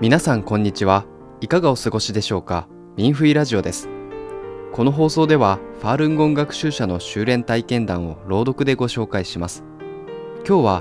皆さんこんにちは。いかがお過ごしでしょうか。ミンフイラジオです。この放送ではファールンゴン学習者の修練体験談を朗読でご紹介します。今日は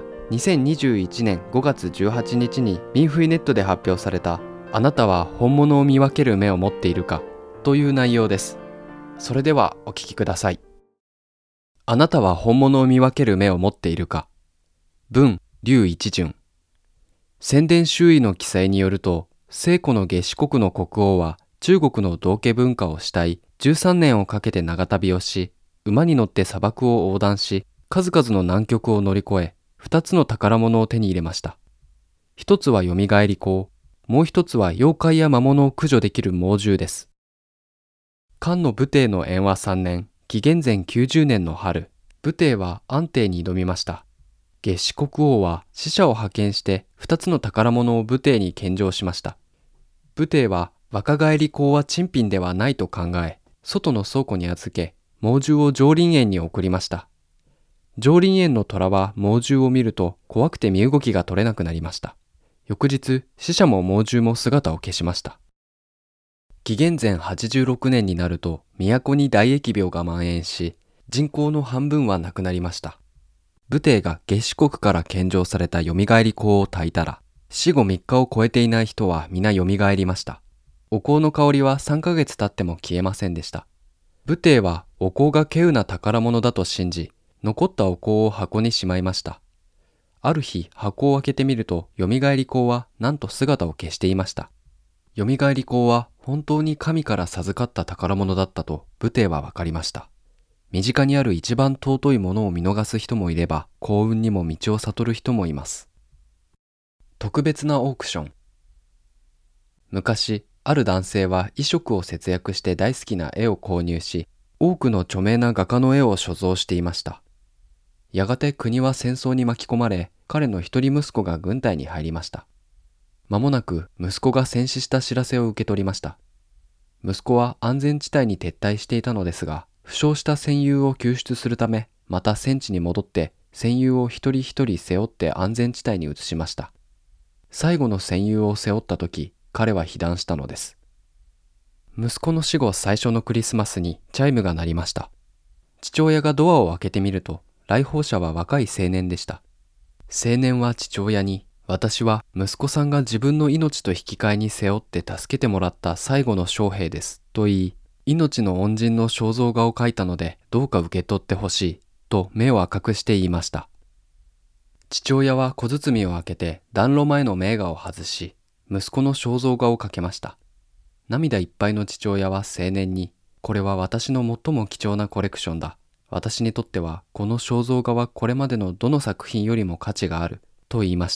2021年5月18日にミンフイネットで発表されたあなたは本物を見分ける目を持っているかという内容です。それではお聞きください。あなたは本物を見分ける目を持っているか。文、劉一順。宣伝周囲の記載によると、西湖の夏至国の国王は中国の道家文化を慕い、13年をかけて長旅をし、馬に乗って砂漠を横断し、数々の難局を乗り越え、2つの宝物を手に入れました。一つはよみがえり香、もう一つは妖怪や魔物を駆除できる猛獣です。漢の武帝の延和3年、紀元前90年の春、武帝は安定に挑みました。夏至国王は使者を派遣して2つの宝物を武帝に献上しました。武帝は若返り香は珍品ではないと考え、外の倉庫に預け、猛獣を上林園に送りました。上林園の虎は猛獣を見ると怖くて身動きが取れなくなりました。翌日、使者も猛獣も姿を消しました。紀元前86年になると都に大疫病が蔓延し、人口の半分は亡くなりました。武帝が夏至国から献上されたよみがえり香を焚いたら、死後3日を超えていない人は皆よみがえりました。お香の香りは3ヶ月経っても消えませんでした。武帝はお香が稀有な宝物だと信じ、残ったお香を箱にしまいました。ある日、箱を開けてみると、よみがえり香はなんと姿を消していました。よみがえり香は本当に神から授かった宝物だったと武帝は分かりました。身近にある一番尊いものを見逃す人もいれば、幸運にも道を悟る人もいます。特別なオークション。昔、ある男性は衣食を節約して大好きな絵を購入し、多くの著名な画家の絵を所蔵していました。やがて国は戦争に巻き込まれ、彼の一人息子が軍隊に入りました。間もなく息子が戦死した知らせを受け取りました。息子は安全地帯に撤退していたのですが、負傷した戦友を救出するため、また戦地に戻って戦友を一人一人背負って安全地帯に移しました。最後の戦友を背負った時、彼は被弾したのです。息子の死後最初のクリスマスにチャイムが鳴りました。父親がドアを開けてみると、来訪者は若い青年でした。青年は父親に、私は息子さんが自分の命と引き換えに背負って助けてもらった最後の将兵です、と言い、命の恩人の肖像画を描いたのでどうか受け取ってほしいと目を赤くして言いました。父親は小包を開けて暖炉前の名画を外し、息子の肖像画をかけました。涙いっぱいの父親は青年に、これは私の最も貴重なコレクションだ。私にとってはこの肖像画はこれまでのどの作品よりも価値があると言いました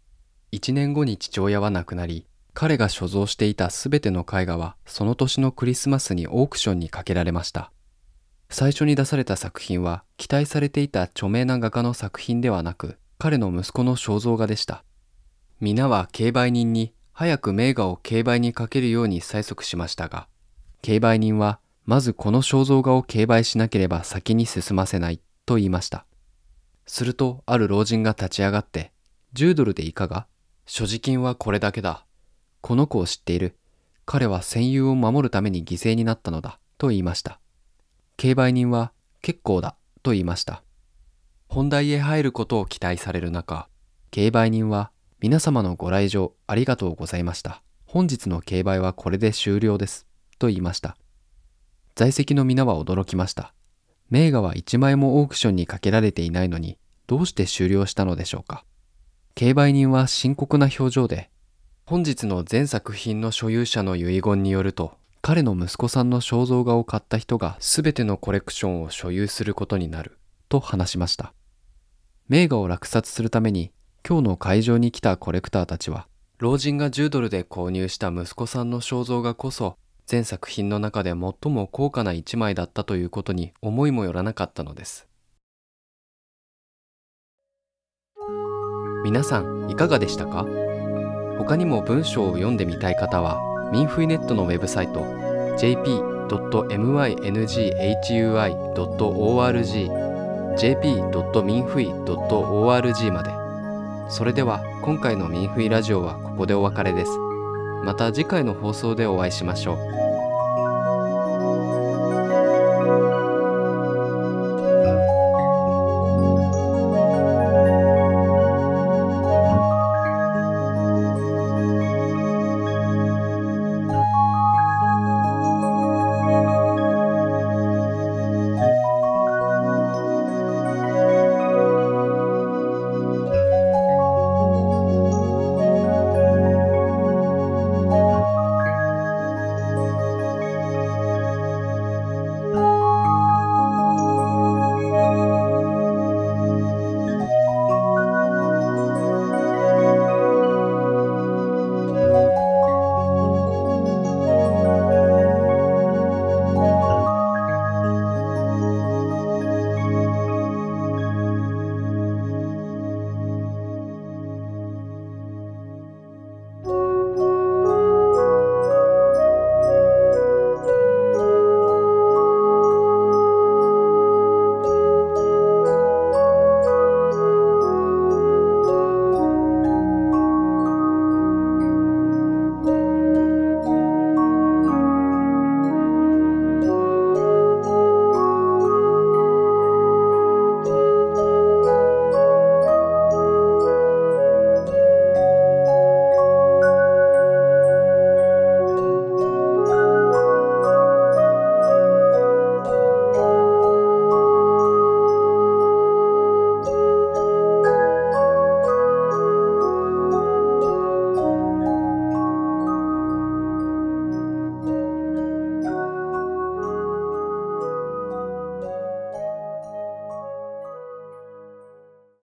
。1年後に父親は亡くなり、彼が所蔵していたすべての絵画はその年のクリスマスにオークションにかけられました。最初に出された作品は期待されていた著名な画家の作品ではなく、彼の息子の肖像画でした。皆は競売人に早く名画を競売にかけるように催促しましたが、競売人はまずこの肖像画を競売しなければ先に進ませないと言いました。するとある老人が立ち上がって、10ドルでいかが？所持金はこれだけだ。この子を知っている。彼は戦友を守るために犠牲になったのだ、と言いました。競売人は、結構だ、と言いました。本題へ入ることを期待される中、競売人は、皆様のご来場ありがとうございました。本日の競売はこれで終了です、と言いました。在席の皆は驚きました。名画は1枚もオークションにかけられていないのに、どうして終了したのでしょうか。競売人は深刻な表情で、本日の全作品の所有者の遺言によると、彼の息子さんの肖像画を買った人が全てのコレクションを所有することになる、と話しました。名画を落札するために、今日の会場に来たコレクターたちは、老人が10ドルで購入した息子さんの肖像画こそ、全作品の中で最も高価な一枚だったということに思いもよらなかったのです。皆さんいかがでしたか？他にも文章を読んでみたい方は、ミンフイネットのウェブサイト jp.minghui.org jp.minfui.org まで。それでは今回のミンフイラジオはここでお別れです。 また次回の放送でお会いしましょう。